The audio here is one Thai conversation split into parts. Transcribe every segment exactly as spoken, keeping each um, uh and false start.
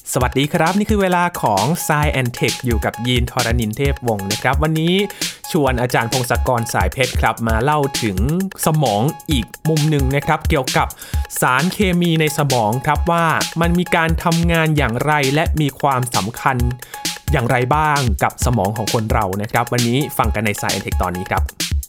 สวัสดีครับนี่คือเวลาของ Science แอนด์ Tech อยู่กับยีนทรณินเทพวงศ์นะครับวันนี้ชวนอาจารย์พงศกรสายเพชรครับมาเล่าถึงสมองอีกมุมหนึ่งนะครับเกี่ยวกับสารเคมีในสมองครับว่ามันมีการทำงานอย่างไรและมีความสำคัญอย่างไรบ้างกับสมองของคนเรานะครับวันนี้ฟังกันใน Science แอนด์ Tech ตอนนี้ครับ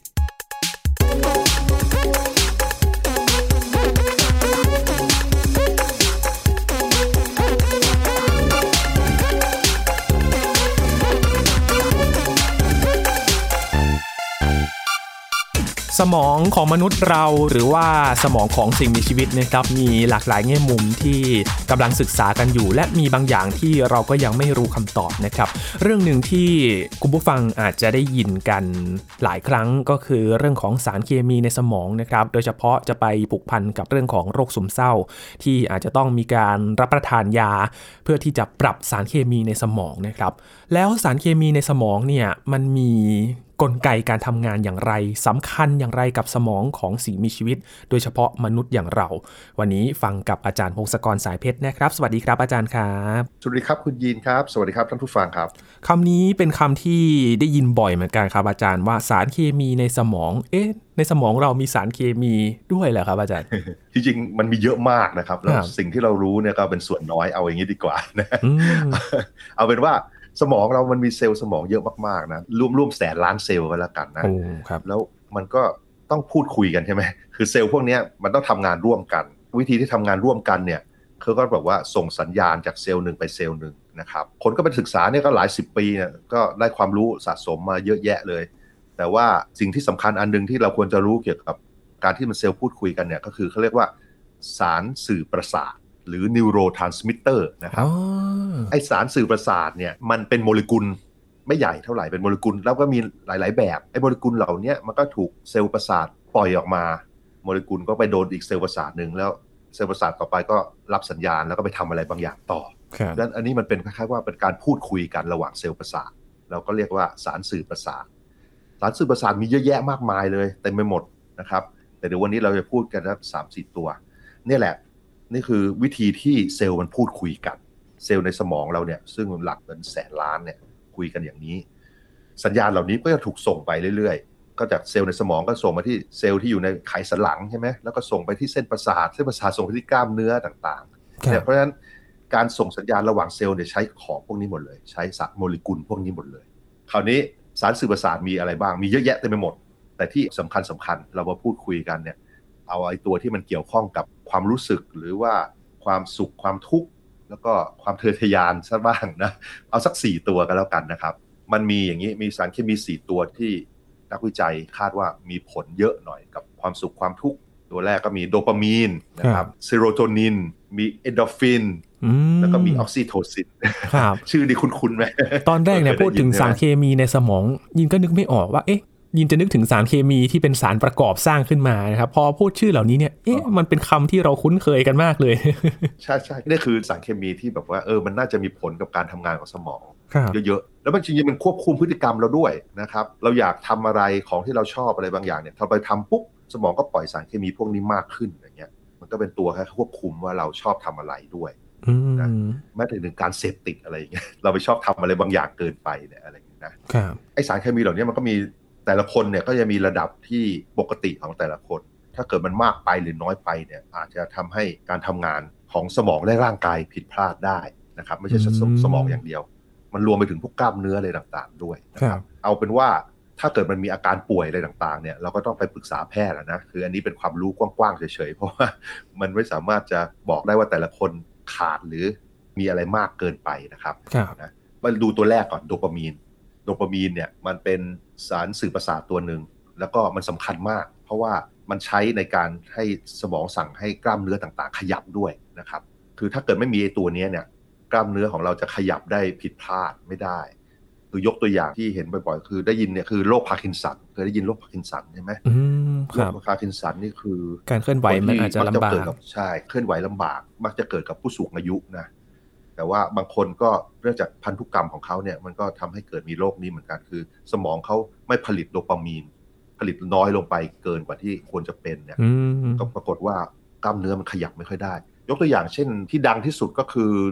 สมองของมนุษย์เราหรือว่าสมองของสิ่งมีชีวิตนะครับมีหลากหลายแง่มุมที่กำลังศึกษากันอยู่และมีบางอย่างที่เราก็ยังไม่รู้คำตอบนะครับเรื่องหนึ่งที่คุณผู้ฟังอาจจะได้ยินกันหลายครั้งก็คือเรื่องของสารเคมีในสมองนะครับโดยเฉพาะจะไปผูกพันกับเรื่องของโรคซึมเศร้าที่อาจจะต้องมีการรับประทานยาเพื่อที่จะปรับสารเคมีในสมองนะครับแล้วสารเคมีในสมองเนี่ยมันมีกลไกการทำงานอย่างไรสำคัญอย่างไรกับสมองของสิ่งมีชีวิตโดยเฉพาะมนุษย์อย่างเราวันนี้ฟังกับอาจารย์พงศกรสายเพชรนะครับสวัสดีครับอาจารย์ครับสวัสดีครับคุณยีนครับสวัสดีครับท่านผู้ฟังครับคำนี้เป็นคำที่ได้ยินบ่อยเหมือนกันครับอาจารย์ว่าสารเคมีในสมองเอ๊ะในสมองเรามีสารเคมีด้วยเหรอครับอาจารย์จริงๆมันมีเยอะมากนะครับแล้วสิ่งที่เรารู้เนี่ยก็เป็นส่วนน้อยเอาอย่างนี้ดีกว่านะ เอาเป็นว่าสมองเรามันมีเซลล์สมองเยอะมากๆนะร่วมๆแสนล้านเซลล์กันแล้วกันนะแล้วมันก็ต้องพูดคุยกันใช่ไหมคือเซลล์พวกนี้มันต้องทำงานร่วมกันวิธีที่ทำงานร่วมกันเนี่ยเขาก็แบบว่าส่งสัญญาณจากเซลล์หนึ่งไปเซลล์หนึ่งนะครับคนก็ไปศึกษาเนี่ยก็หลายสิบปีเนี่ยก็ได้ความรู้สะสมมาเยอะแยะเลยแต่ว่าสิ่งที่สำคัญอันนึงที่เราควรจะรู้เกี่ยวกับการที่มันเซลล์พูดคุยกันเนี่ยก็คือเขาเรียกว่าสารสื่อประสาทหรือ neurotransmitter นะครับ oh. ไอสารสื่อประสาทเนี่ยมันเป็นโมเลกุลไม่ใหญ่เท่าไหร่เป็นโมเลกุลแล้วก็มีหลายๆแบบไอโมเลกุลเหล่านี้มันก็ถูกเซลล์ประสาทปล่อยออกมาโมเลกุลก็ไปโดนอีกเซลล์ประสาทนึงแล้วเซลล์ประสาทต่อไปก็รับสัญญาณแล้วก็ไปทำอะไรบางอย่างต่อ okay. ดังนั้นอันนี้มันเป็นคล้ายๆว่าเป็นการพูดคุยกันระหว่างเซลล์ประสาทเราก็เรียกว่าสารสื่อประสาทสารสื่อประสาทมีเยอะแยะมากมายเลยเต็มไปหมดนะครับแต่เดี๋ยววันนี้เราจะพูดกันสัก สามสี่ ตัวนี่แหละนี่คือวิธีที่เซลล์มันพูดคุยกันเซลล์ในสมองเราเนี่ยซึ่งหลักเป็นแสนล้านเนี่ยคุยกันอย่างนี้สัญญาณเหล่านี้ก็จะถูกส่งไปเรื่อยๆก็จากเซลล์ในสมองก็ส่งมาที่เซลล์ที่อยู่ในไขสันหลังใช่ไหมแล้วก็ส่งไปที่เส้นประสาทเส้นประสาทส่งไปที่กล้ามเนื้อต่างๆเนี่ยเพราะฉะนั้นการส่งสัญญาณระหว่างเซลล์เนี่ยใช้ของพวกนี้หมดเลยใช้สารโมเลกุลพวกนี้หมดเลยคราวนี้สารสื่อประสาทมีอะไรบ้างมีเยอะแยะเต็มไปหมดแต่ที่สำคัญสำคัญเรามาพูดคุยกันเนี่ยเอาไอ้ตัวที่มันเกี่ยวข้องกับความรู้สึกหรือว่าความสุขความทุกข์แล้วก็ความทะเยอทะยานซะบ้างนะเอาสักสี่ตัวกันแล้วกันนะครับมันมีอย่างนี้มีสารเคมีสี่ตัวที่นักวิจัยคาดว่ามีผลเยอะหน่อยกับความสุขความทุกข์ตัวแรกก็มีโดปามีนนะครับเซโรโทนินมีเอนโดรฟินแล้วก็มีออกซิโทซินชื่อดีคุ้นๆไหมตอนแรกเนี่ยพูดถึงสารเคมีในสมองยินก็นึกไม่ออกว่าเอ๊ะยินจะนึกถึงสารเคมีที่เป็นสารประกอบสร้างขึ้นมานะครับพอพูดชื่อเหล่านี้เนี่ยเอ๊ะมันเป็นคำที่เราคุ้นเคยกันมากเลยใช่ใช่นี่คือสารเคมีที่แบบว่าเออมันน่าจะมีผลกับการทำงานของสมองเยอะๆแล้วมันจริงๆมันควบคุมพฤติกรรมเราด้วยนะครับเราอยากทำอะไรของที่เราชอบอะไรบางอย่างเนี่ยพอไปทำปุ๊บสมองก็ปล่อยสารเคมีพวกนี้มากขึ้นอย่างเงี้ยมันก็เป็นตัวแค่ควบคุมว่าเราชอบทำอะไรด้วยนะแม้แต่ถึงการเสพติดอะไรอย่างเงี้ยเราไปชอบทำอะไรบางอย่างเกินไปเนี่ยอะไรอย่างเงี้ยนะไอสารเคมีเหล่านี้มันก็มีแต่ละคนเนี่ยก็จะมีระดับที่ปกติของแต่ละคนถ้าเกิดมันมากไปหรือน้อยไปเนี่ยอาจจะทำให้การทำงานของสมองและร่างกายผิดพลาดได้นะครับไม่ใช่สมองอย่างเดียวมันรวมไปถึงพวกกล้ามเนื้ออะไรต่างๆด้วยนะครับเอาเป็นว่าถ้าเกิดมันมีอาการป่วยอะไรต่างๆเนี่ยเราก็ต้องไปปรึกษาแพทย์นะคืออันนี้เป็นความรู้กว้างๆเฉยๆเพราะว่ามันไม่สามารถจะบอกได้ว่าแต่ละคนขาดหรือมีอะไรมากเกินไปนะครับนะมาดูตัวแรกก่อนโดปามีนโดปามีนเนี่ยมันเป็นสารสื่อประสาทตัวหนึ่งแล้วก็มันสำคัญมากเพราะว่ามันใช้ในการให้สมองสั่งให้กล้ามเนื้อต่างๆขยับด้วยนะครับคือถ้าเกิดไม่มีไอ้ตัวนี้เนี่ยกล้ามเนื้อของเราจะขยับได้ผิดพลาดไม่ได้คือยกตัวอย่างที่เห็นบ่อยๆคือได้ยินเนี่ยคือโรคพาร์กินสันเคยได้ยินโรคพาร์กินสันใช่ไหมโรคพาร์กินสันนี่คือการเคลื่อนไหวมันอาจจะลำบากใช่เคลื่อนไหวลำบากมักจะเกิดกับผู้สูงอายุนะแต่ว่าบางคนก็เนื่องจากพันธุกรรมของเขาเนี่ยมันก็ทำให้เกิดมีโรคนี้เหมือนกันคือสมองเขาไม่ผลิตโดปามีนผลิตน้อยลงไปเกินกว่าที่ควรจะเป็นเนี่ยก็ปรากฏว่ากล้ามเนื้อมันขยับไม่ค่อยได้ยกตัวอย่างเช่นที่ดังที่สุดก็คือ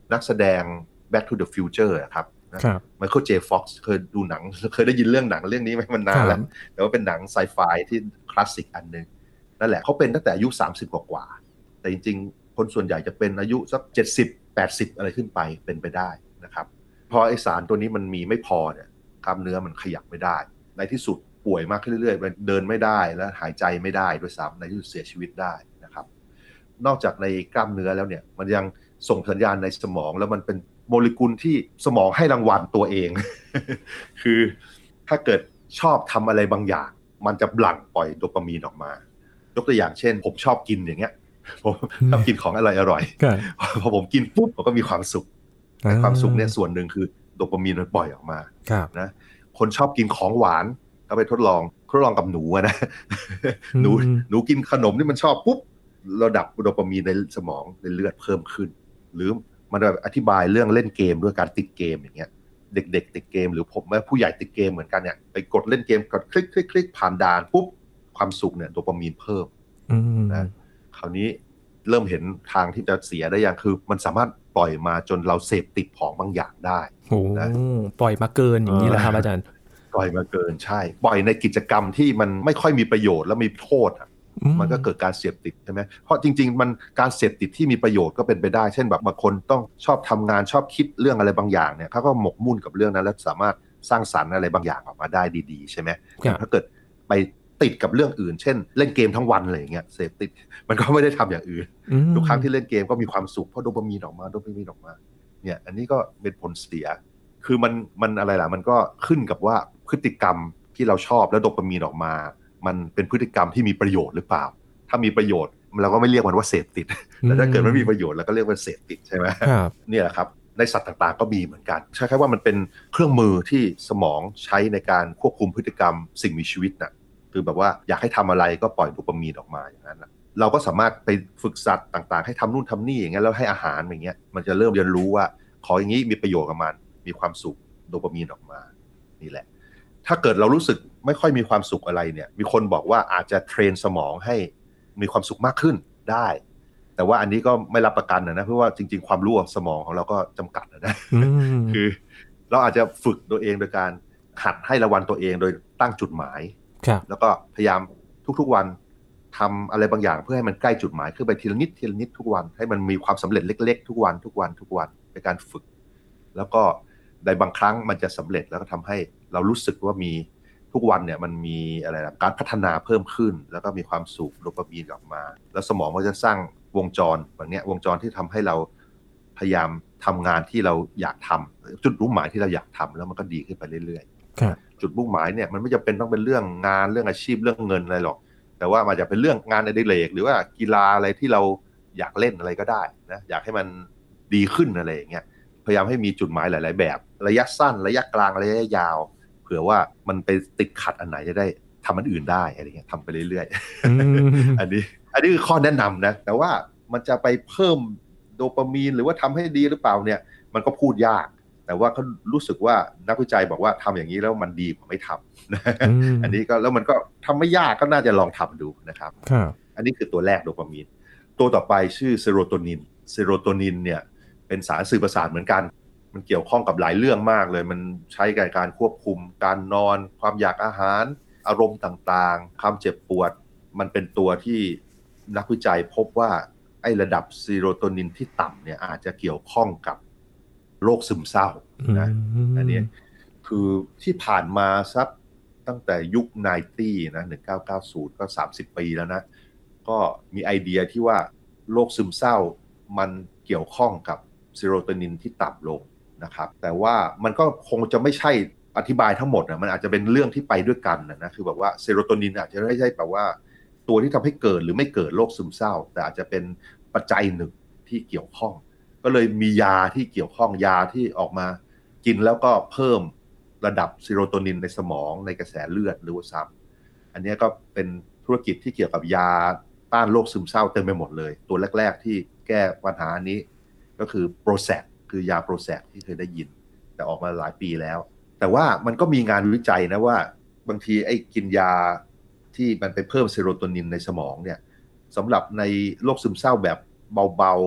นักแสดง Back to the Future ครับไมเคิลเจฟ็อกซ์เคยดูหนังเคยได้ยินเรื่องหนังเรื่องนี้ไหมมันนานแล้วแต่ว่าเป็นหนังไซไฟที่คลาสสิกอันนึงนั่นแหละเขาเป็นตั้งแต่อายุสามสิบกว่าๆแต่จริงๆคนส่วนใหญ่จะเป็นอายุสักเจ็ดสิบ แปดสิบอะไรขึ้นไปเป็นไปได้นะครับพอไอสารตัวนี้มันมีไม่พอเนี่ยกล้ามเนื้อมันขยับไม่ได้ในที่สุดป่วยมากขึ้นเรื่อยๆเดินไม่ได้และหายใจไม่ได้ด้วยซ้ำในที่สุดเสียชีวิตได้นะครับนอกจากในกล้ามเนื้อแล้วเนี่ยมันยังส่งสัญญาณในสมองแล้วมันเป็นโมเลกุลที่สมองให้รางวัลตัวเอง คือถ้าเกิดชอบทำอะไรบางอย่างมันจะหลั่งปล่อยโดปามีนออกมายกตัวอย่างเช่นผมชอบกินอย่างเงี้ยผมชอบกินของอร่อยๆพอผมกินปุ๊บผมก็มีความสุขแต่ความสุขเนี่ยส่วนหนึ่งคือโดปามีนมันปล่อยออกมานะคนชอบกินของหวานก็ไปทดลองทดลองกับหนูนะหนูหนูกินขนมที่มันชอบปุ๊บระดับโดปามีนในสมองในเลือดเพิ่มขึ้นหรือมันแบบอธิบายเรื่องเล่นเกมด้วยการติดเกมอย่างเงี้ยเด็กๆติดเกมหรือผมแม้ผู้ใหญ่ติดเกมเหมือนกันเนี่ยไปกดเล่นเกมกดคลิกคลิกคลิกผ่านด่านปุ๊บความสุขเนี่ยโดปามีนเพิ่มนะคราวนี้เริ่มเห็นทางที่จะเสียได้ยังคือมันสามารถปล่อยมาจนเราเสพติดของบางอย่างได้นะปล่อยมาเกินอย่างนี้แหละครับอาจารย์ปล่อยมาเกินใช่ปล่อยในกิจกรรมที่มันไม่ค่อยมีประโยชน์และมีโทษมันก็เกิดการเสพติดใช่ไหมเพราะจริงๆมันการเสพติดที่มีประโยชน์ก็เป็นไปได้เช่นแบบบางคนต้องชอบทำงานชอบคิดเรื่องอะไรบางอย่างเนี่ยเขาก็หมกมุ่นกับเรื่องนั้นแล้วสามารถสร้างสรรค์อะไรบางอย่างออกมาได้ดีๆใช่ไหมถ้าเกิดไปติดกับเรื่องอื่นเช่นเล่นเกมทั้งวันอะไรอย่างเงี้ยเสพติดมันก็ไม่ได้ทำอย่างอื่นทุกครั้งที่เล่นเกมก็มีความสุขเพราะโดปามีนออกมาโดปามีนออกมาเนี่ยอันนี้ก็เป็นผลเสียคือมันมันอะไรล่ะมันก็ขึ้นกับว่าพฤติกรรมที่เราชอบแล้วโดปามีนออกมามันเป็นพฤติกรรมที่มีประโยชน์หรือเปล่าถ้ามีประโยชน์เราก็ไม่เรียกมันว่าเสพติดแต่ถ้าเกิดไม่มีประโยชน์เราก็เรียกว่าเสพติดใช่ไหมนี่แหละครับในสัตว์ต่างๆก็มีเหมือนกันใช่ครับว่ามันเป็นเครื่องมือที่สมองใช้ในการควบคุมพฤติกรรมสิ่งมีชีวิตนะคือแบบว่าอยากให้ทำอะไรก็ปล่อยโดปามีนออกมาอย่างนั้นนะเราก็สามารถไปฝึกสัตว์ต่างๆให้ทำนู่นทำนี่อย่างเงี้ยแล้วให้อาหารอย่างเงี้ยมันจะเริ่มเรียนรู้ว่าขออย่างนี้มีประโยชน์กับมันมีความสุขโดปามีนออกมานี่แหละถ้าเกิดเรารู้สึกไม่ค่อยมีความสุขอะไรเนี่ยมีคนบอกว่าอาจจะเทรนสมองให้มีความสุขมากขึ้นได้แต่ว่าอันนี้ก็ไม่รับประกันนะเพราะว่าจริงๆความรู้ของสมองของเราก็จำกัดนะ คือเราอาจจะฝึกตัวเองโดยการหัดให้รางวัลตัวเองโดยตั้งจุดหมายแล้วก็พยายามทุกๆวันทำอะไรบางอย่างเพื่อให้มันใกล้จุดหมายขึ้นไปทีละนิดทีละนิดทุกวันให้มันมีความสำเร็จเล็กๆทุกวันทุกวันทุกวันในการฝึกแล้วก็ในบางครั้งมันจะสำเร็จแล้วก็ทำให้เรารู้สึกว่ามีทุกวันเนี่ยมันมีอะไรนะการพัฒนาเพิ่มขึ้นแล้วก็มีความสุขโดปามีนออกมาแล้วสมองก็จะสร้างวงจรแบบนี้วงจรที่ทำให้เราพยายามทำงานที่เราอยากทำจุดมุ่งหมายที่เราอยากทำแล้วมันก็ดีขึ้นไปเรื่อยๆจุดมุ่งหมายเนี่ยมันไม่จำเป็นต้องเป็นเรื่องงานเรื่องอาชีพเรื่องเงินอะไรหรอกแต่ว่ามันจะเป็นเรื่องงานอดิเรกหรือว่ากีฬาอะไรที่เราอยากเล่นอะไรก็ได้นะอยากให้มันดีขึ้นอะไรอย่างเงี้ยพยายามให้มีจุดหมายหลายๆแบบระยะสั้นระยะกลางระยะยาวเผื่อว่ามันไปติดขัดอันไหนจะได้ทำอันอื่นได้อะไรเงี้ยทำไปเรื่อยๆ อันนี้อันนี้คือข้อแนะนำนะแต่ว่ามันจะไปเพิ่มโดปามีนหรือว่าทำให้ดีหรือเปล่าเนี่ยมันก็พูดยากแต่ว่าเขารู้สึกว่านักวิจัยบอกว่าทำอย่างนี้แล้วมันดีกว่าไม่ทำนะ อันนี้ก็แล้วมันก็ทำไม่ยากก็น่าจะลองทำดูนะครับ อันนี้คือตัวแรกโดปามีนตัวต่อไปชื่อเซโรโทนินเซโรโทนินเนี่ยเป็นสารสื่อประสาทเหมือนกันมันเกี่ยวข้องกับหลายเรื่องมากเลยมันใช้กับการควบคุมการนอนความอยากอาหารอารมณ์ต่างๆความเจ็บปวดมันเป็นตัวที่นักวิจัยพบว่าไอ้ระดับเซโรโทนินที่ต่ำเนี่ยอาจจะเกี่ยวข้องกับโรคซึมเศร้านะอันนี้คือที่ผ่านมาสักตั้งแต่ยุคไนน์ตี้นะหนึ่งพันเก้าร้อยเก้าสิบก็สามสิบปีแล้วนะก็มีไอเดียที่ว่าโรคซึมเศร้ามันเกี่ยวข้องกับเซโรโทนินที่ต่ำลงนะครับแต่ว่ามันก็คงจะไม่ใช่อธิบายทั้งหมดนะมันอาจจะเป็นเรื่องที่ไปด้วยกันนะนะคือแบบว่าเซโรโทนินอาจจะไม่ใช่แบบว่าตัวที่ทำให้เกิดหรือไม่เกิดโรคซึมเศร้าแต่อาจจะเป็นปัจจัยหนึ่งที่เกี่ยวข้องก็เลยมียาที่เกี่ยวข้องยาที่ออกมากินแล้วก็เพิ่มระดับเซโรโทนินในสมองในกระแสเลือดหรือว่าซ้ำอันนี้ก็เป็นธุรกิจที่เกี่ยวกับยาต้านโรคซึมเศร้าเต็มไปหมดเลยตัวแรกๆที่แก้ปัญหานี้ก็คือโปรแซกคือยาโปรแซกที่เคยได้ยินแต่ออกมาหลายปีแล้วแต่ว่ามันก็มีงานวิจัยนะว่าบางทีไอ้กินยาที่มันไปเพิ่มเซโรโทนินในสมองเนี่ยสำหรับในโรคซึมเศร้าแบบเบาๆ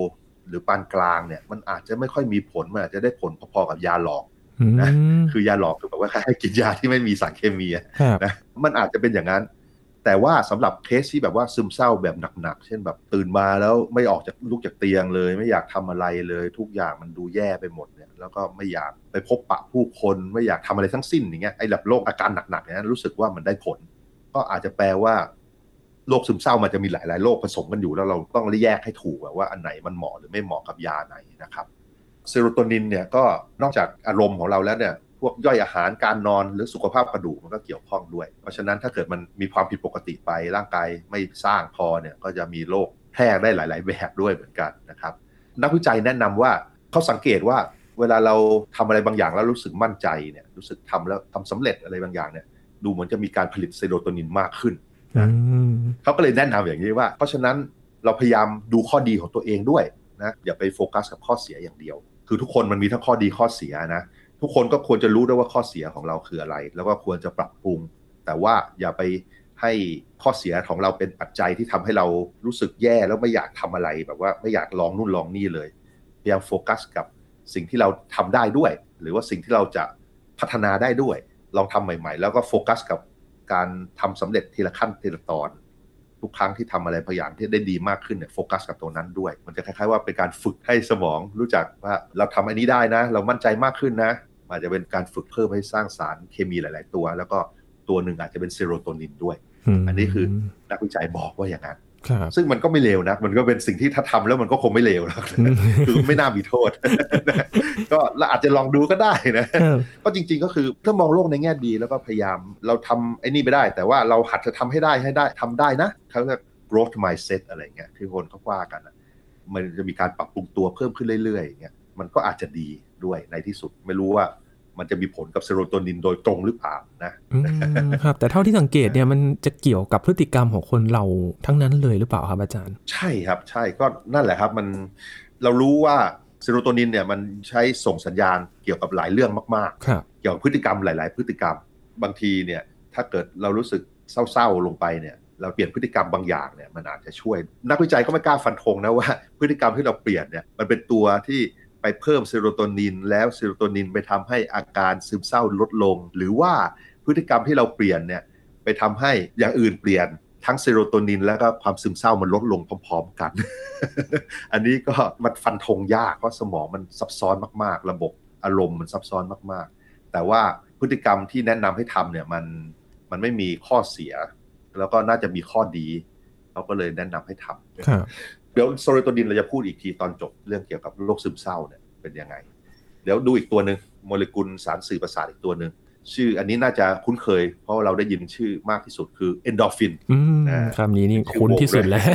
หรือปานกลางเนี่ยมันอาจจะไม่ค่อยมีผลมันอาจจะได้ผลพอๆกับยาหลอกนะคือยาหลอกคือแบบว่าให้กินยาที่ไม่มีสารเคมีนะมันอาจจะเป็นอย่างนั้นแต่ว่าสำหรับเคสที่แบบว่าซึมเศร้าแบบหนักๆเช่นแบบตื่นมาแล้วไม่ออกจากลุกจากเตียงเลยไม่อยากทำอะไรเลยทุกอย่างมันดูแย่ไปหมดเนี่ยแล้วก็ไม่อยากไปพบปะผู้คนไม่อยากทำอะไรทั้งสิ้นอย่างเงี้ยไอ้แบบโรคอาการหนักๆเนี่ยรู้สึกว่ามันได้ผลก็อาจจะแปลว่าโรคซึมเศร้ามันจะมีหลายๆโรคผสมกันอยู่แล้วเราต้องแยกให้ถูกว่าอันไหนมันเหมาะหรือไม่เหมาะกับยาไหนนะครับเซโรโทนินเนี่ยก็นอกจากอารมณ์ของเราแล้วเนี่ยพวกย่อยอาหารการนอนหรือสุขภาพกระดูกมันก็เกี่ยวข้องด้วยเพราะฉะนั้นถ้าเกิดมันมีความผิดปกติไปร่างกายไม่สร้างพอเนี่ยก็จะมีโรคแพร่ได้หลายๆแบบด้วยเหมือนกันนะครับนักวิจัยแนะนำว่าเขาสังเกตว่าเวลาเราทำอะไรบางอย่างแล้วรู้สึกมั่นใจเนี่ยรู้สึกทำแล้วทำสำเร็จอะไรบางอย่างเนี่ยดูเหมือนจะมีการผลิตเซโรโทนินมากขึ้นนะเขาก็เลยแนะนำอย่างนี้ว่าเพราะฉะนั้นเราพยายามดูข้อดีของตัวเองด้วยนะอย่าไปโฟกัสกับข้อเสียอย่างเดียวคือทุกคนมันมีทั้งข้อดีข้อเสียนะทุกคนก็ควรจะรู้ด้วยว่าข้อเสียของเราคืออะไรแล้วก็ควรจะปรับปรุงแต่ว่าอย่าไปให้ข้อเสียของเราเป็นปัจจัยที่ทำให้เรารู้สึกแย่แล้วไม่อยากทำอะไรแบบว่าไม่อยากลองนู่นลองนี่เลยพยายามโฟกัสกับสิ่งที่เราทำได้ด้วยหรือว่าสิ่งที่เราจะพัฒนาได้ด้วยลองทำใหม่ๆแล้วก็โฟกัสกับการทำสำเร็จทีละขั้นทีละตอนทุกครั้งที่ทำอะไรพยายามที่ได้ดีมากขึ้นเนี่ยโฟกัสกับตัวนั้นด้วยมันจะคล้ายๆว่าเป็นการฝึกให้สมองรู้จักว่าเราทำอันนี้ได้นะเรามั่นใจมากขึ้นนะอาจจะเป็นการฝึกเพิ่มให้สร้างสารเคมีหลายๆตัวแล้วก็ตัวหนึ่งอาจจะเป็นเซโรโทนินด้วย อ, อันนี้คือนักวิจัยบอกว่าอย่างนั้นซึ่งมันก็ไม่เลวนะมันก็เป็นสิ่งที่ถ้าทำแล้วมันก็คงไม่เลวหรอกคือไม่น่ามีโทษ ก็เราอาจจะลองดูก็ได้นะก็จริงๆก็คือถ้ามองโลกในแง่ดีแล้วก็พยายามเราทำไอ้นี่ไปได้แต่ว่าเราหัดจะทำให้ได้ให้ได้ทำได้นะเขาเรียก growth mindset อะไรเงี้ยที่คนเขาว่ากันนะมันจะมีการปรับปรุงตัวเพิ่มขึ้นเรื่อยๆอย่างเงี้ยมันก็อาจจะดีด้วยในที่สุดไม่รู้ว่ามันจะมีผลกับเซโรโทนินโดยตรงหรือเปล่านะครับแต่เท่าที่สังเกตเนี่ยมันจะเกี่ยวกับพฤติกรรมของคนเราทั้งนั้นเลยหรือเปล่าครับอาจารย์ใช่ครับใช่ก็นั่นแหละครับมันเรารู้ว่าเซโรโทนินเนี่ยมันใช้ส่งสัญญาณเกี่ยวกับหลายเรื่องมากๆเกี่ยวกับพฤติกรรมหลายๆพฤติกรรมบางทีเนี่ยถ้าเกิดเรารู้สึกเศร้าๆลงไปเนี่ยเราเปลี่ยนพฤติกรรมบางอย่างเนี่ยมันอาจจะช่วยนักวิจัยก็ไม่กล้าฟันธงนะว่าพฤติกรรมที่เราเปลี่ยนเนี่ยมันเป็นตัวที่ไปเพิ่มเซโรโทนินแล้วเซโรโทนินไปทำให้อาการซึมเศร้าลดลงหรือว่าพฤติกรรมที่เราเปลี่ยนเนี่ยไปทำให้อย่างอื่นเปลี่ยนทั้งเซโรโทนินแล้วก็ความซึมเศร้ามันลดลงพร้อมๆกัน อันนี้ก็มันฟันธงยากเพราะสมองมันซับซ้อนมากๆระบบอารมณ์มันซับซ้อนมากๆแต่ว่าพฤติกรรมที่แนะนำให้ทำเนี่ยมันมันไม่มีข้อเสียแล้วก็น่าจะมีข้อดีเขาก็เลยแนะนำให้ทำเดี๋ยวเซโรโทนินเราจะพูดอีกทีตอนจบเรื่องเกี่ยวกับโรคซึมเศร้าเนี่ยเป็นยังไงเดี๋ยวดูอีกตัวนึงโมเลกุลสารสื่อประสาทอีกตัวนึงชื่ออันนี้น่าจะคุ้นเคยเพราะเราได้ยินชื่อมากที่สุดคือเอนโดรฟินคำนี้นี่คุ้นที่สุดแล้ว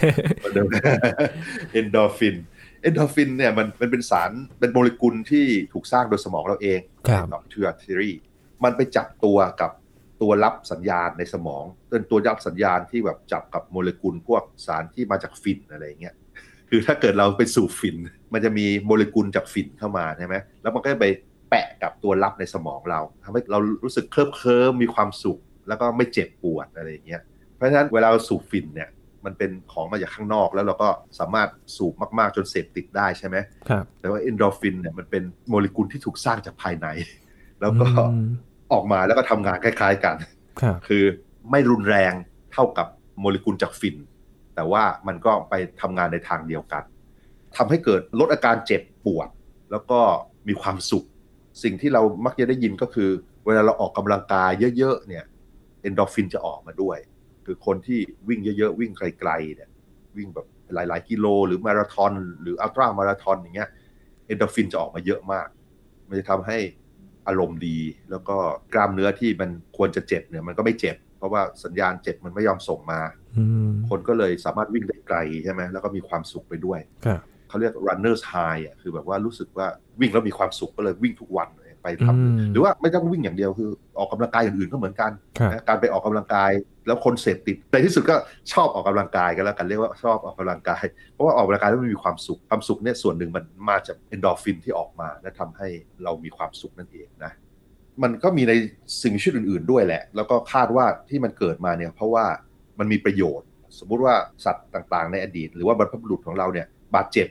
เอนโดรฟินเอนโดรฟินเนี่ยมันมันเป็นสารเป็นโมเลกุลที่ถูกสร้างโดยสมองเราเองกับเทอร์ทิรีมันไปจับตัวกับตัวรับสัญญาณในสมองเป็นตัวรับสัญญาณที่แบบจับกับโมเลกุลพวกสารที่มาจากฟินอะไรเงี้ยคือถ้าเกิดเราไปสูบฟินมันจะมีโมเลกุลจากฟินเข้ามาใช่ไหมแล้วมันก็ไปแปะกับตัวรับในสมองเราทำให้เรารู้สึกเคลิบเคลิ้มมีความสุขแล้วก็ไม่เจ็บปวดอะไรอย่างเงี้ยเพราะฉะนั้นเวลาเราสูบฟินเนี่ยมันเป็นของมาจากข้างนอกแล้วเราก็สามารถสูบมากๆจนเสพติดได้ใช่ไหมครับแต่ว่าเอนโดรฟินเนี่ยมันเป็นโมเลกุลที่ถูกสร้างจากภายในแล้วก็ออกมาแล้วก็ทำงานคล้ายๆกันคือไม่รุนแรงเท่ากับโมเลกุลจากฟินแต่ว่ามันก็ไปทำงานในทางเดียวกันทำให้เกิดลดอาการเจ็บปวดแล้วก็มีความสุขสิ่งที่เรามักจะได้ยินก็คือเวลาเราออกกำลังกายเยอะๆเนี่ยเอนโดรฟินจะออกมาด้วยคือคนที่วิ่งเยอะๆวิ่งไกลๆเนี่ยวิ่งแบบหลายๆกิโลหรือมาราธอนหรืออัลตร้ามาราธอนอย่างเงี้ยเอนโดรฟินจะออกมาเยอะมากมันจะทำให้อารมณ์ดีแล้วก็กล้ามเนื้อที่มันควรจะเจ็บเนี่ยมันก็ไม่เจ็บเพราะว่าสัญญาณเจ็บมันไม่ยอมส่งมาคนก็เลยสามารถวิ่งได้ไกลใช่ไหมแล้วก็มีความสุขไปด้วยเขาเรียก runner's high อ่ะคือแบบว่ารู้สึกว่าวิ่งแล้วมีความสุขก็เลยวิ่งทุกวันไปทำหรือว่าไม่ต้องวิ่งอย่างเดียวคือออกกำลังกายอย่างอื่นก็เหมือนกันนะการไปออกกำลังกายแล้วคนเสพติดในที่สุดก็ชอบออกกำลังกายกันแล้วกันเรียกว่าชอบออกกำลังกายเพราะว่าออกกำลังกายแล้วมันมีความสุขความสุขเนี่ยส่วนหนึ่งมันมาจากเอนโดรฟินที่ออกมาและทำให้เรามีความสุขนั่นเองนะมันก็มีในสิ่งมีชีวิตอื่นๆด้วยแหละแล้วก็คาดว่าที่มันเกิดมาเนี่ยเพราะว่ามันมีประโยชน์สมมุติว่าสัตว์ต่างๆในอดีตหรือว่าบรรพบุรุษของเราเนี่ยบาดเจ็บ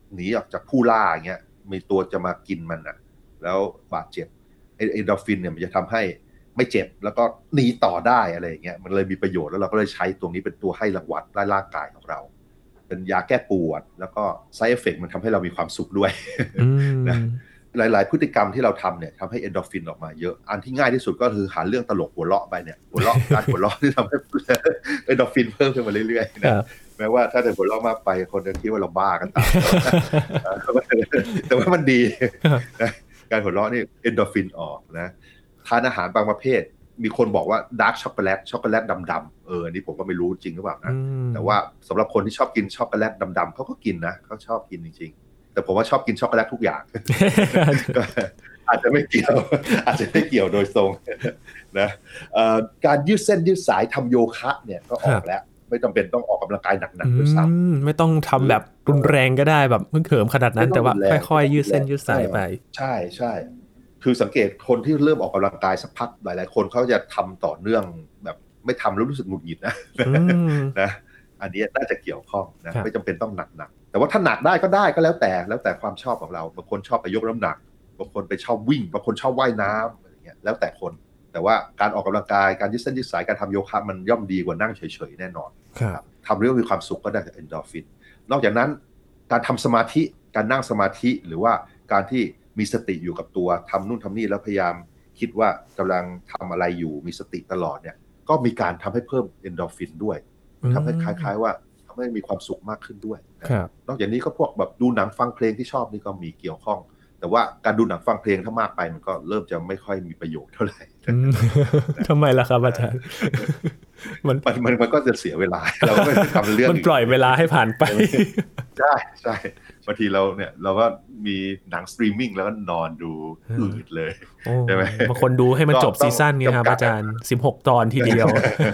หนีออกจากผู้ล่าอย่างเงี้ยมีตัวจะมากินมันอ่ะแล้วบาดเจ็บไอ้เอนโดรฟินเนี่ยมันจะทำให้ไม่เจ็บแล้วก็หนีต่อได้อะไรอย่างเงี้ยมันเลยมีประโยชน์แล้วเราก็เลยใช้ตรงนี้เป็นตัวให้รางวัลด้านร่างกายของเราเป็นยาแก้ปวดแล้วก็ side effect มันทำให้เรามีความสุขด้วยนะหลายๆพฤติกรรมที่เราทำเนี่ยทำให้เอนโดรฟินออกมาเยอะอันที่ง่ายที่สุดก็คือหาเรื่องตลกหัวเราะไปเนี่ยหัวเราะการหัวเราะที่ทำให้เอนโดรฟินเพิ่มขึ้นมาเรื่อยๆนะแม้ว่าถ้าแต่หัวเราะมากไปคนจะคิดว่าเราบ้ากันตามแต่ว่ามันดีนะการหัวเราะนี่เอนโดรฟินออกนะทานอาหารบางประเภทมีคนบอกว่าดาร์กช็อกโกแลตช็อกโกแลตดำๆเอออันนี้ผมก็ไม่รู้จริงหรือเปล่านะแต่ว่าสำหรับคนที่ชอบกินช็อกโกแลตดำๆเขาก็กินนะเขาชอบกินจริงๆแต่ผมว่าชอบกินช็อกโกแลตทุกอย่าง อาจจะไม่เกี่ยวอาจจะไม่เกี่ยวโดยตรงนะการยืดเส้นยืดสายทำโยคะเนี่ยก็ออกแล้วไม่จำเป็นต้องออกกำลังกายหนักๆด้วยซ้ำไม่ต้องทำแบบรุนแรงก็ได้แบบเขิมขนาดนั้นแต่ว่าค่อยๆยืดเส้นยืดสายไปใช่ใช่คือสังเกตคนที่เริ่มออกกำลังกายสักพักหลายๆคนเขาจะทำต่อเนื่องแบบไม่ทำแล้วรู้สึกหงุดหงิดนะนะอันนี้น่าจะเกี่ยวข้องนะไม่จำเป็นต้องหนักๆแต่ว่าถ้าหนักได้ก็ได้ก็แล้วแต่แล้วแต่ความชอบของเราบางคนชอบไปยกน้ำหนักบางคนไปชอบวิ่งบางคนชอบว่ายน้ำอะไรเงี้ยแล้วแต่คนแต่ว่าการออกกำลังกายการยืดเส้นยืดสายการทำโยคะมันย่อมดีกว่านั่งเฉยๆแน่นอนทำเรื่องมีความสุขก็ได้จากเอนโดรฟินนอกจากนั้นการทำสมาธิการนั่งสมาธิหรือว่าการที่มีสติอยู่กับตัวทำนู่นทำนี่แล้วพยายามคิดว่ากำลังทำอะไรอยู่มีสติตลอดเนี่ยก็มีการทำให้เพิ่มเอนโดรฟินด้วยทำให้คล้ายๆว่าทำให้มีความสุขมากขึ้นด้วยนอกจากนี้ก็พวกแบบดูหนังฟังเพลงที่ชอบนี่ก็มีเกี่ยวข้องแต่ว่าการดูหนังฟังเพลงถ้ามากไปมันก็เริ่มจะไม่ค่อยมีประโยชน์เท่าไหร่ทำไมล่ะครับอาจารย์มันมันมันก็จะเสียเวลาเราก็ไม่ทำเรื่องมันปล่อยเวลาให้ผ่านไปใช่ใช่บางทีเราเนี่ยเราก็มีหนังสตรีมมิ่งแล้วก็นอนดูอืดเลยใช่ไหมบางคนดูให้มันจบซีซั่นไงครับอาจารย์สิบหกตอนทีเดียว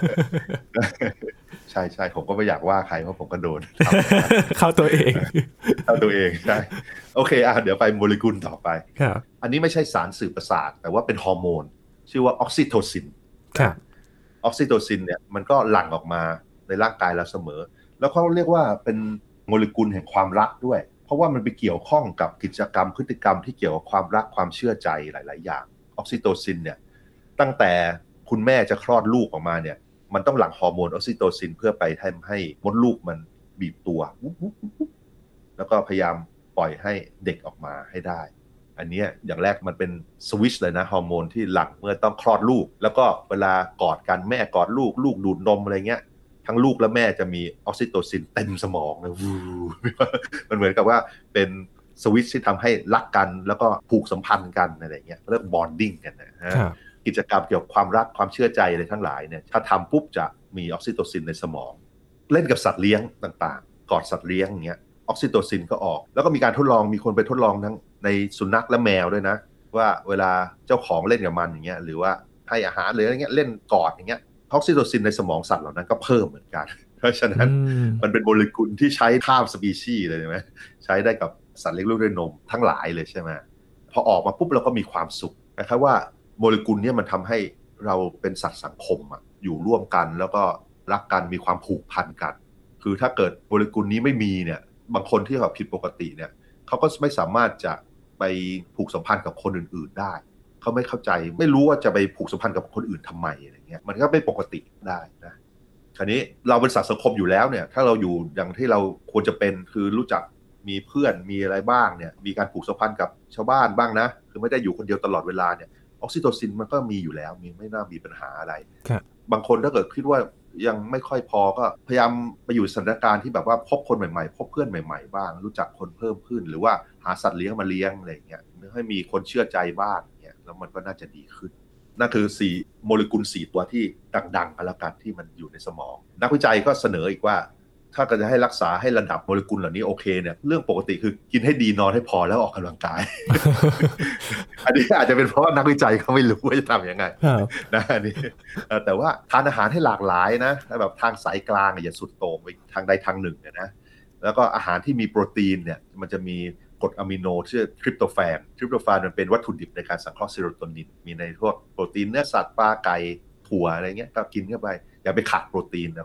ใช่ใช่ผมก็ไม่อยากว่าใครเพราะผมก็โดนเข้าตัวเองเข้าตัวเองใช่โอเคอ่ะเดี๋ยวไปโมเลกุลต่อไปอันนี้ไม่ใช่สารสื่อประสาทแต่ว่าเป็นฮอร์โมนชื่อว่าออกซิโทซินออกซิโทซินเนี่ยมันก็หลั่งออกมาในร่างกายเราเสมอแล้วเขาเรียกว่าเป็นโมเลกุลแห่งความรักด้วยเพราะว่ามันไปเกี่ยวข้องกับกิจกรรมพฤติกรรมที่เกี่ยวกับความรักความเชื่อใจหลายๆอย่างออกซิโทซินเนี่ยตั้งแต่คุณแม่จะคลอดลูกออกมาเนี่ยมันต้องหลั่งฮอร์โมนออกซิโทซินเพื่อไปทำให้มดลูกมันบีบตัวแล้วก็พยายามปล่อยให้เด็กออกมาให้ได้อันนี้อย่างแรกมันเป็นสวิตช์เลยนะฮอร์โมนที่หลั่งเมื่อต้องคลอดลูกแล้วก็เวลากอดกันแม่กอดลูกลูกดูดนมอะไรเงี้ยทั้งลูกและแม่จะมีออกซิโทซินเต็มสมองเลยมันเหมือนกับว่าเป็นสวิตช์ที่ทำให้รักกันแล้วก็ผูกสัมพันธ์กันอะไรเงี้ยเรียกบอนดิ้งกันนะฮะกิจกรรมเกี่ยวกับความรักความเชื่อใจอะไรทั้งหลายเนี่ยถ้าทำปุ๊บจะมีออกซิโทซินในสมองเล่นกับสัตว์เลี้ยงต่างๆกอดสัตว์เลี้ยงอย่างเงี้ยออกซิโทซินก็ออกแล้วก็มีการทดลองมีคนไปทดลองทั้งในสุนัขและแมวด้วยนะว่าเวลาเจ้าของเล่นกับมันอย่างเงี้ยหรือว่าให้อาหารหรืออะไรเงี้ยเล่นกอดอย่างเงี้ยออกซิโทซินในสมองสัตว์เหล่านั้นก็เพิ่มเหมือนกันเพราะฉะนั้นมันเป็นโมเลกุลที่ใช้ข้ามสปีชีส์เลยใช่ไหมใช้ได้กับสัตว์เลี้ยงลูกด้วยนมทั้งหลายเลยใช่ไหมพอออกมาปุ๊บเราก็มีความสุขนะครับว่าโมเลกุลนี้มันทำให้เราเป็นสัตว์สังคมอ่ะอยู่ร่วมกันแล้วก็รักกันมีความผูกพันกันคือถ้าเกิดโมเลกุลนี้ไม่มีเนี่ยบางคนที่เขาผิดปกติเนี่ยเขาก็ไม่สามารถจะไปผูกสัมพันธ์กับคนอื่นๆได้เขาไม่เข้าใจไม่รู้ว่าจะไปผูกสัมพันธ์กับคนอื่นทำไมอะไรเงี้ยมันก็ไม่ปกติได้นะคราวนี้เราเป็นสัตว์สังคมอยู่แล้วเนี่ยถ้าเราอยู่อย่างที่เราควรจะเป็นคือรู้จักมีเพื่อนมีอะไรบ้างเนี่ยมีการผูกสัมพันธ์กับชาวบ้านบ้างนะคือไม่ได้อยู่คนเดียวตลอดเวลาเนี่ยออกซิโทซินมันก็มีอยู่แล้วมีไม่น่ามีปัญหาอะไรบางคนถ้าเกิดคิดว่ายังไม่ค่อยพอก็พยายามไปอยู่สถานการณ์ที่แบบว่าพบคนใหม่ๆพบเพื่อนใหม่ๆบ้างรู้จักคนเพิ่มขึ้นหรือว่าหาสัตว์เลี้ยงมาเลี้ยงอะไรอย่างเงี้ยให้มีคนเชื่อใจบ้างเนี่ยแล้วมันก็น่าจะดีขึ้นนั่นคือสี่โมเลกุลสี่ตัวที่ดังๆกันแล้วกันที่มันอยู่ในสมองนักวิจัยก็เสนออีกว่าถ้าก็จะให้รักษาให้ระดับโมเลกุลเหล่านี้โอเคเนี่ยเรื่องปกติคือกินให้ดีนอนให้พอแล้วออกกำลังกาย อันนี้อาจจะเป็นเพราะว่านักวิจัยเขาไม่รู้ว่าจะทำยังไงนะอันนี้แต่ว่าทานอาหารให้หลากหลายนะแบบทางสายกลางอย่าสุดโต่งไปทางใดทางหนึ่งเนี่ยนะแล้วก็อาหารที่มีโปรตีนเนี่ยมันจะมีกรดอะมิโนชื่อทริปโตแฟนทริปโตแฟนมันเป็นวัตถุดิบในการสังเคราะห์เซโรโทนินมีในพวกโปรตีนเนื้อสัตว์ปลาไก่ถั่วอะไรเงี้ยก็กินเข้าไปอย่าไปขาดโปรตีนโอเค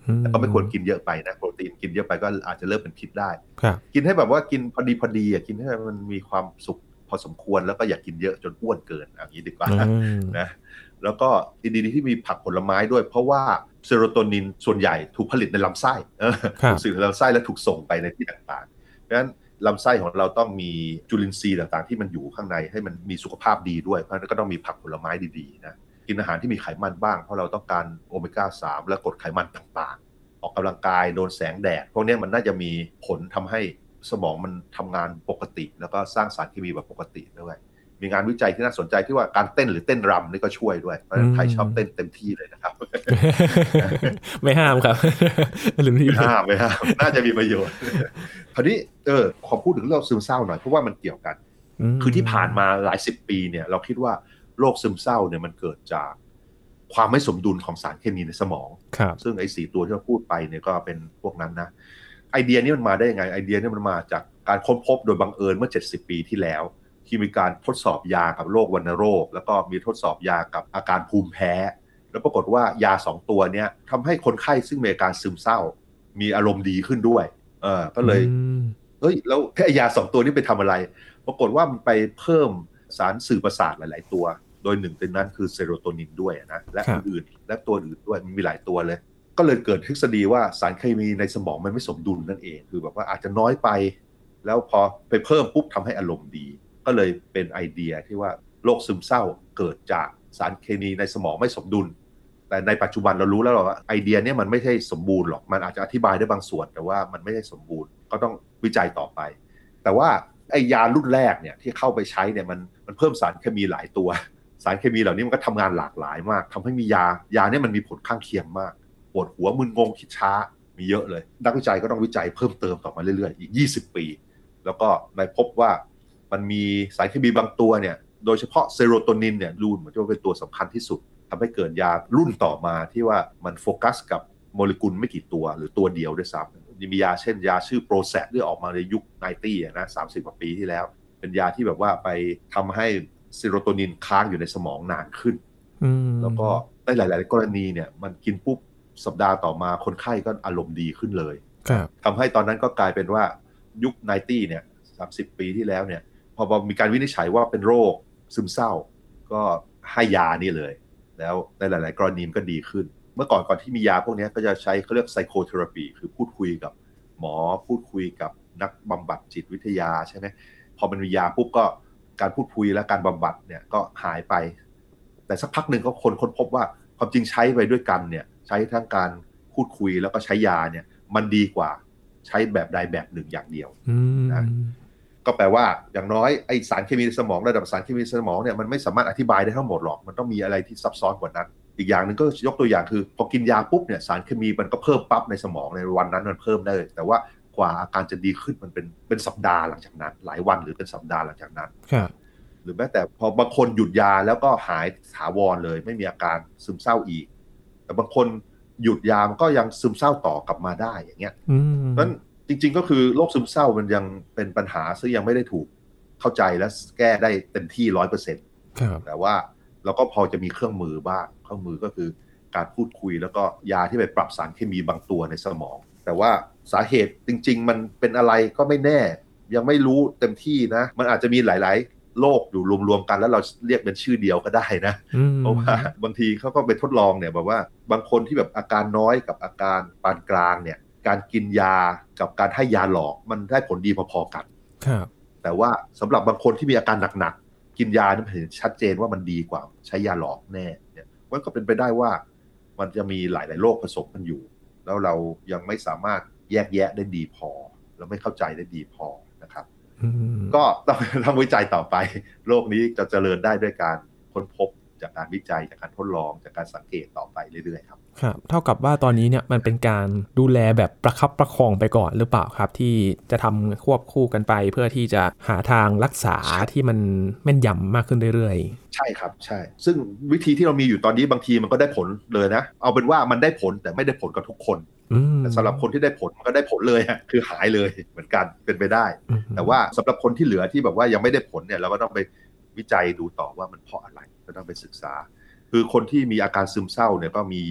แต่ก็ไม่ควรกินเยอะไปนะโปรตีนกินเยอะไปก็อาจจะเริ่มเป็นพิษได้กินให้แบบว่ากินพอดีพอดีอ่ะกินให้มันมีความสุขพอสมควรแล้วก็อย่ากินเยอะจนอ้วนเกินอย่างนี้ดีกว่านะแล้วก็ดีๆที่มีผักผลไม้ด้วยเพราะว่าเซโรโทนินส่วนใหญ่ถูกผลิตในลำไส้ถูกสื่อในลำไส้และถูกส่งไปในที่ต่างๆเพราะฉะนั้นลำไส้ของเราต้องมีจุลินทรีย์ต่างๆที่มันอยู่ข้างในให้มันมีสุขภาพดีด้วยเพราะฉะนั้นก็ต้องมีผักผลไม้ดีๆนะกินอาหารที่มีไขมันบ้างเพราะเราต้องการโอเมก้าสามและกรดไขมันต่างๆออกกำลังกายโดนแสงแดดพวกนี้มันน่าจะมีผลทำให้สมองมันทำงานปกติแล้วก็สร้างสารเคมีแบบปกติด้วยมีงานวิจัยที่น่าสนใจที่ว่าการเต้นหรือเต้นรำนี่ก็ช่วยด้วยเพราะฉะนั้นใครชอบเต้นเต็มที่เลยนะครับไม่ห้ามครับหรือไม่ห้ามไม่ห้ามน่าจะมีประโยชน์คราวนี้เออขอพูดถึงเรื่องซึมเศร้าหน่อยเพราะว่ามันเกี่ยวกันคือที่ผ่านมาหลายสิบปีเนี่ยเราคิดว่าโรคซึมเศร้าเนี่ยมันเกิดจากความไม่สมดุลของสารเคมีในสมองซึ่งไอ้สี่ตัวที่เราพูดไปเนี่ยก็เป็นพวกนั้นนะไอเดียนี้มันมาได้ยังไงไอเดียนี้มันมาจากการค้นพบโดยบังเอิญเมื่อเจ็ดสิบปีที่แล้วที่มีการทดสอบยากับโรควัณโรคแล้วก็มีทดสอบยากับอาการภูมิแพ้แล้วปรากฏว่ายาสองตัวเนี้ยทำให้คนไข้ซึ่งมีอาการซึมเศร้ามีอารมณ์ดีขึ้นด้วยเออก็เลยเฮ้ยแล้วแค่ยาสองตัวนี้ไปทำอะไรปรากฏว่ามันไปเพิ่มสารสื่อประสาทหลายๆตัวโดยหนึ่งในนั้นคือเซโรโทนินด้วยนะและอื่นๆและตัวอื่นด้วยมันมีหลายตัวเลยก็เลยเกิดทฤษฎีว่าสารเคมีในสมองมันไม่สมดุลนั่นเองคือแบบว่าอาจจะน้อยไปแล้วพอไปเพิ่มปุ๊บทำให้อารมณ์ดีก็เลยเป็นไอเดียที่ว่าโรคซึมเศร้าเกิดจากสารเคมีในสมองไม่สมดุลแต่ในปัจจุบันเรารู้แล้วว่าไอเดียนี้มันไม่ใช่สมบูรณ์หรอกมันอาจจะอธิบายได้บางส่วนแต่ว่ามันไม่ใช่สมบูรณ์ก็ต้องวิจัยต่อไปแต่ว่าไอยารุ่นแรกเนี่ยที่เข้าไปใช้เนี่ยมันมันเพิ่มสารเคมีหลายตัวสารเคมีเหล่านี้มันก็ทำงานหลากหลายมากทำให้มียายาเนี่ยมันมีผลข้างเคียงมากปวดหัวมึนงงคิดช้ามีเยอะเลยนักวิจัยก็ต้องวิจัยเพิ่มเติมต่อมาเรื่อยๆอีกยี่สิบปีแล้วก็ได้พบว่ามันมีสารเคมีบางตัวเนี่ยโดยเฉพาะเซโรโทนินเนี่ยรูนเหมือนจะเป็นตัวสำคัญที่สุดทำให้เกิดยารุ่นต่อมาที่ว่ามันโฟกัสกับโมเลกุลไม่กี่ตัวหรือตัวเดียวด้วยซ้ำมียาเช่นยาชื่อโปรแซดที่ออกมาในยุคไนน์ตี้นะสามสิบกว่าปีที่แล้วเป็นยาที่แบบว่าไปทำให้เซโรโทนินค้างอยู่ในสมองนานขึ้นแล้วก็ในหลายๆกรณีเนี่ยมันกินปุ๊บสัปดาห์ต่อมาคนไข้ก็อารมณ์ดีขึ้นเลยทำให้ตอนนั้นก็กลายเป็นว่ายุคไนน์ตี้เนี่ยสามสิบปีที่แล้วเนี่ยพอมีการวินิจฉัยว่าเป็นโรคซึมเศร้าก็ให้ยานี่เลยแล้วในหลายๆกรณีก็ดีขึ้นเมื่อก่อนก่อนที่มียาพวกนี้ก็จะใช้เขาเรียกไซโคเทอราปีคือพูดคุยกับหมอพูดคุยกับนักบำบัดจิตวิทยาใช่ไหมพอมันมียาปุ๊บก็การพูดคุยและการบำบัดเนี่ยก็หายไปแต่สักพักหนึ่งก็คนค้นพบว่าความจริงใช้ไปด้วยกันเนี่ยใช้ทั้งการพูดคุยแล้วก็ใช้ยาเนี่ยมันดีกว่าใช้แบบใดแบบหนึ่งอย่างเดียวนะก็แปลว่าอย่างน้อยไอสารเคมีในสมองระดับสารเคมีในสมองเนี่ยมันไม่สามารถอธิบายได้ทั้งหมดหรอกมันต้องมีอะไรที่ซับซ้อนกว่านั้นอีกอย่างนึงก็ยกตัวอย่างคือพอกินยาปุ๊บเนี่ยสารเคมีมันก็เพิ่มปั๊บในสมองในวันนั้นมันเพิ่มได้แต่ว่ากว่าอาการจะดีขึ้นมันเป็นเป็นสัปดาห์หลังจากนั้นหลายวันหรือเป็นสัปดาห์หลังจากนั้นหรือแม้แต่พอบางคนหยุดยาแล้วก็หายถาวรเลยไม่มีอาการซึมเศร้าอีกแต่บางคนหยุดยามันก็ยังซึมเศร้าต่อกลับมาได้อย่างเงี้ยนั้นจริงๆก็คือโรคซึมเศร้ามันยังเป็นปัญหาซึ่งยังไม่ได้ถูกเข้าใจและแก้ได้เต็มที่ ร้อยเปอร์เซ็นต์ แต่ว่าเราก็พอจะมีเครื่องมือบ้างเครื่องมือก็คือการพูดคุยแล้วก็ยาที่ไปปรับสารเคมีบางตัวในสมองแต่ว่าสาเหตุจริงๆมันเป็นอะไรก็ไม่แน่ยังไม่รู้เต็มที่นะมันอาจจะมีหลายๆโรคอยู่รวมๆกันแล้วเราเรียกเป็นชื่อเดียวก็ได้นะเพราะว่าบางทีเขาก็ไปทดลองเนี่ยแบบว่าบางคนที่แบบอาการน้อยกับอาการปานกลางเนี่ยการกินยากับการให้ยาหลอกมันได้ผลดีพอๆกันแต่ว่าสำหรับบางคนที่มีอาการหนักๆกินยาเนี่ยเห็นชัดเจนว่ามันดีกว่าใช้ยาหลอกแน่เนี่ยมันก็เป็นไปได้ว่ามันจะมีหลายๆโรคผสมกันอยู่แล้วเรายังไม่สามารถแยกแยะได้ดีพอแล้วไม่เข้าใจได้ดีพอนะครับก็ต้องทำวิจัยต่อไปโรคนี้จะเจริญได้ด้วยการค้นพบจากการวิจัยจากการทดลองจากการสังเกตต่อไปเรื่อยๆครับครับเท่ากับว่าตอนนี้เนี่ยมันเป็นการดูแลแบบประคับประคองไปก่อนหรือเปล่าครับที่จะทำควบคู่กันไปเพื่อที่จะหาทางรักษาที่มันแม่นยำมากขึ้นเรื่อยๆใช่ครับใช่ซึ่งวิธีที่เรามีอยู่ตอนนี้บางทีมันก็ได้ผลเลยนะเอาเป็นว่ามันได้ผลแต่ไม่ได้ผลกับทุกคนแต่สำหรับคนที่ได้ผลมันก็ได้ผลเลยฮะคือหายเลยเหมือนกันเป็นไปได้แต่ว่าสำหรับคนที่เหลือที่แบบว่ายังไม่ได้ผลเนี่ยเราก็ต้องไปวิจัยดูต่อว่ามันเพราะอะไรก็ต้องไปศึกษาคือคนที่มีอาการซึมเศร้าเนี่ยก็มี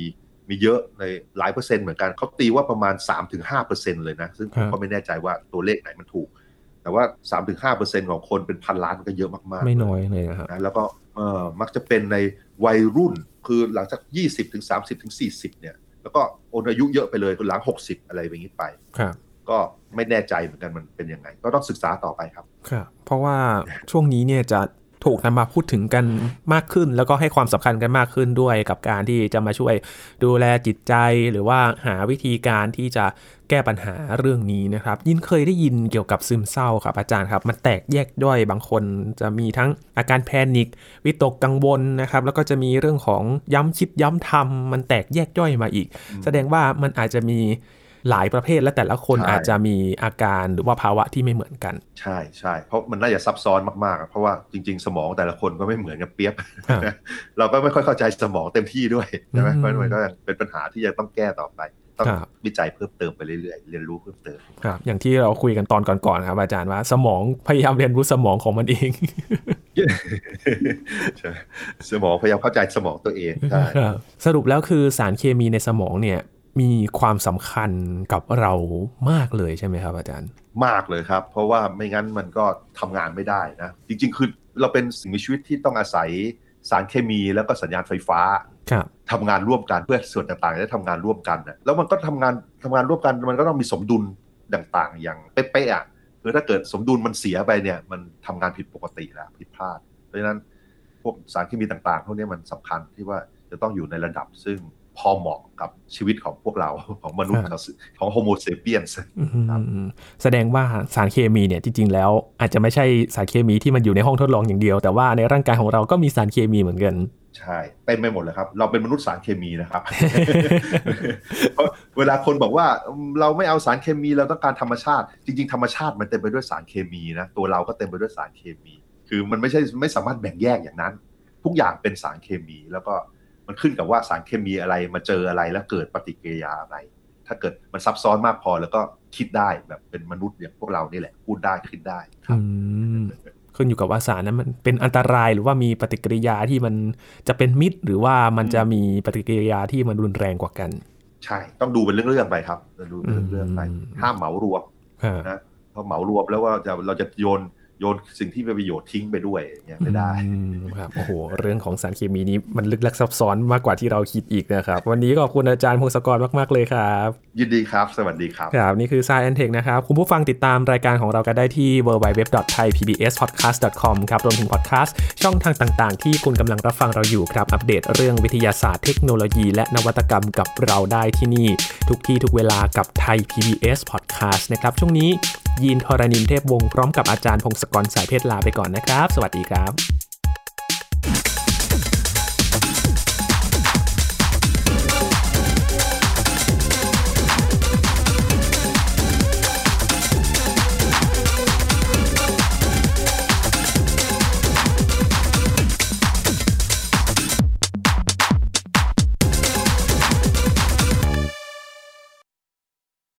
มีเยอะในหลายเปอร์เซ็นต์เหมือนกันเขาตีว่าประมาณ สามถึงห้าเปอร์เซ็นต์ เลยนะซึ่งผมก็ไม่แน่ใจว่าตัวเลขไหนมันถูกแต่ว่า สามถึงห้าเปอร์เซ็นต์ ของคนเป็นพันล้านก็เยอะมากๆไม่น้อยเลยครับนะแล้วก็เอ่อมักจะเป็นในวัยรุ่นคือหลังจาก ยี่สิบถึงสามสิบถึงสี่สิบ เนี่ยแล้วก็อายุเยอะไปเลยหลังหกสิบอะไรแบบนี้ไปครับก็ไม่แน่ใจเหมือนกันมันเป็นยังไงก็ต้องศึกษาต่อไปครับครับเพราะว่าช่วงนี้เนี่ยจะถูกนำมาพูดถึงกันมากขึ้นแล้วก็ให้ความสำคัญกันมากขึ้นด้วยกับการที่จะมาช่วยดูแลจิตใจหรือว่าหาวิธีการที่จะแก้ปัญหาเรื่องนี้นะครับยินเคยได้ยินเกี่ยวกับซึมเศร้าครับอาจารย์ครับมันแตกแยกย่อยบางคนจะมีทั้งอาการแพนิควิตกกังวลนะครับแล้วก็จะมีเรื่องของย้ำคิดย้ำทำมันแตกแยกย่อยมาอีกแสดงว่ามันอาจจะมีหลายประเภทและแต่ละคนอาจจะมีอาการหรือว่าภาวะที่ไม่เหมือนกันใช่ใช่เพราะมันน่าจะซับซ้อนมากๆเพราะว่าจริงๆสมองแต่ละคนก็ไม่เหมือนกันเปียบ เราก็ไม่ค่อยเข้าใจสมองเต็มที่ด้วยใช่ไหมเพราะมันก็เป็นปัญหาที่ยังต้องแก้ต่อไปต้องวิจัยเพิ่มเติมไปเรื่อยๆเรียนรู้เพิ่มเติมครับอย่างที่เราคุยกันตอนก่อนๆครับอาจารย์ว่าสมองพยายามเรียนรู้สมองของมันเองใช่สมองพยายามเข้าใจสมองตัวเองใช่สรุปแล้วคือสารเคมีในสมองเนี่ยมีความสำคัญกับเรามากเลยใช่ไหมครับอาจารย์มากเลยครับเพราะว่าไม่งั้นมันก็ทำงานไม่ได้นะจริงๆคือเราเป็นสิ่งมีชีวิตที่ต้องอาศัยสารเคมีแล้วก็สัญญาณไฟฟ้าทำงานร่วมกันเพื่อส่วนต่างๆได้ทำงานร่วมกันนะแล้วมันก็ทำงานทำงานร่วมกันมันก็ต้องมีสมดุลต่างๆอย่างเป๊ะๆอ่ะคือถ้าเกิดสมดุลมันเสียไปเนี่ยมันทำงานผิดปกติแล้วผิดพลาดเพราะฉะนั้นพวกสารเคมีต่างๆพวกนี้มันสำคัญที่ว่าจะต้องอยู่ในระดับซึ่งพอเหมาะกับชีวิตของพวกเราของมนุษย์ของโฮโมเซเปียนส์แสดงว่าสารเคมีเนี่ยจริงๆแล้วอาจจะไม่ใช่สารเคมีที่มันอยู่ในห้องทดลองอย่างเดียวแต่ว่าในร่างกายของเราก็มีสารเคมีเหมือนกันใช่เต็มไปหมดเลยครับเราเป็นมนุษย์สารเคมีนะครับ เวลาคนบอกว่าเราไม่เอาสารเคมีเราต้องการธรรมชาติจริงๆธรรมชาติมันเต็มไปด้วยสารเคมีนะตัวเราก็เต็มไปด้วยสารเคมีคือมันไม่ใช่ไม่สามารถแบ่งแยกอย่างนั้นทุกอย่างเป็นสารเคมีแล้วก็มันขึ้นกับว่าสารเคมีอะไรมาเจออะไรแล้วเกิดปฏิกิริยาอะไรถ้าเกิดมันซับซ้อนมากพอแล้วก็คิดได้แบบเป็นมนุษย์อย่างพวกเรานี่แหละพูดได้คิดได้ครับขึ้นอยู่กับว่าสารนั้นมันเป็นอันตรายหรือว่ามีปฏิกิริยาที่มันจะเป็นมิตรหรือว่ามันจะมีปฏิกิริยาที่มันรุนแรงกว่ากันใช่ต้องดูเป็นเรื่องๆไปครับดูเป็นเรื่องๆไปห้ามเหมารวมนะพอเหมารวมแล้วว่าจะเราจะโยนโยนสิ่งที่เป็นประโยชน์ทิ้งไปด้วยอย่างเงี้ยไม่ได้ครับโอ้โหเรื่องของสารเคมีนี้มันลึกลับซับซ้อนมากกว่าที่เราคิดอีกนะครับวันนี้ขอบคุณอาจารย์พงศกรมากๆเลยครับยินดีครับสวัสดีครับครับนี่คือ Science and Tech นะครับคุณผู้ฟังติดตามรายการของเรากันได้ที่ ดับเบิลยู ดับเบิลยู ดับเบิลยู ดอท ไทย พี บี เอส พอดแคสต์ ดอท คอม ครับรวมถึงพอดแคสต์ช่องทางต่างๆที่คุณกำลังรับฟังเราอยู่ครับอัปเดตเรื่องวิทยาศาสตร์เทคโนโลยีและนวัตกรรมกับเราได้ที่นี่ทุกที่ทุกเวลากับไทย พี บี เอส Podcast นะครับช่วงนี้ยีนทรณินเทพวงศ์พร้อมกับอาจารย์พงศกรสายเพชรลาไปก่อนนะครับสวัสดีครับ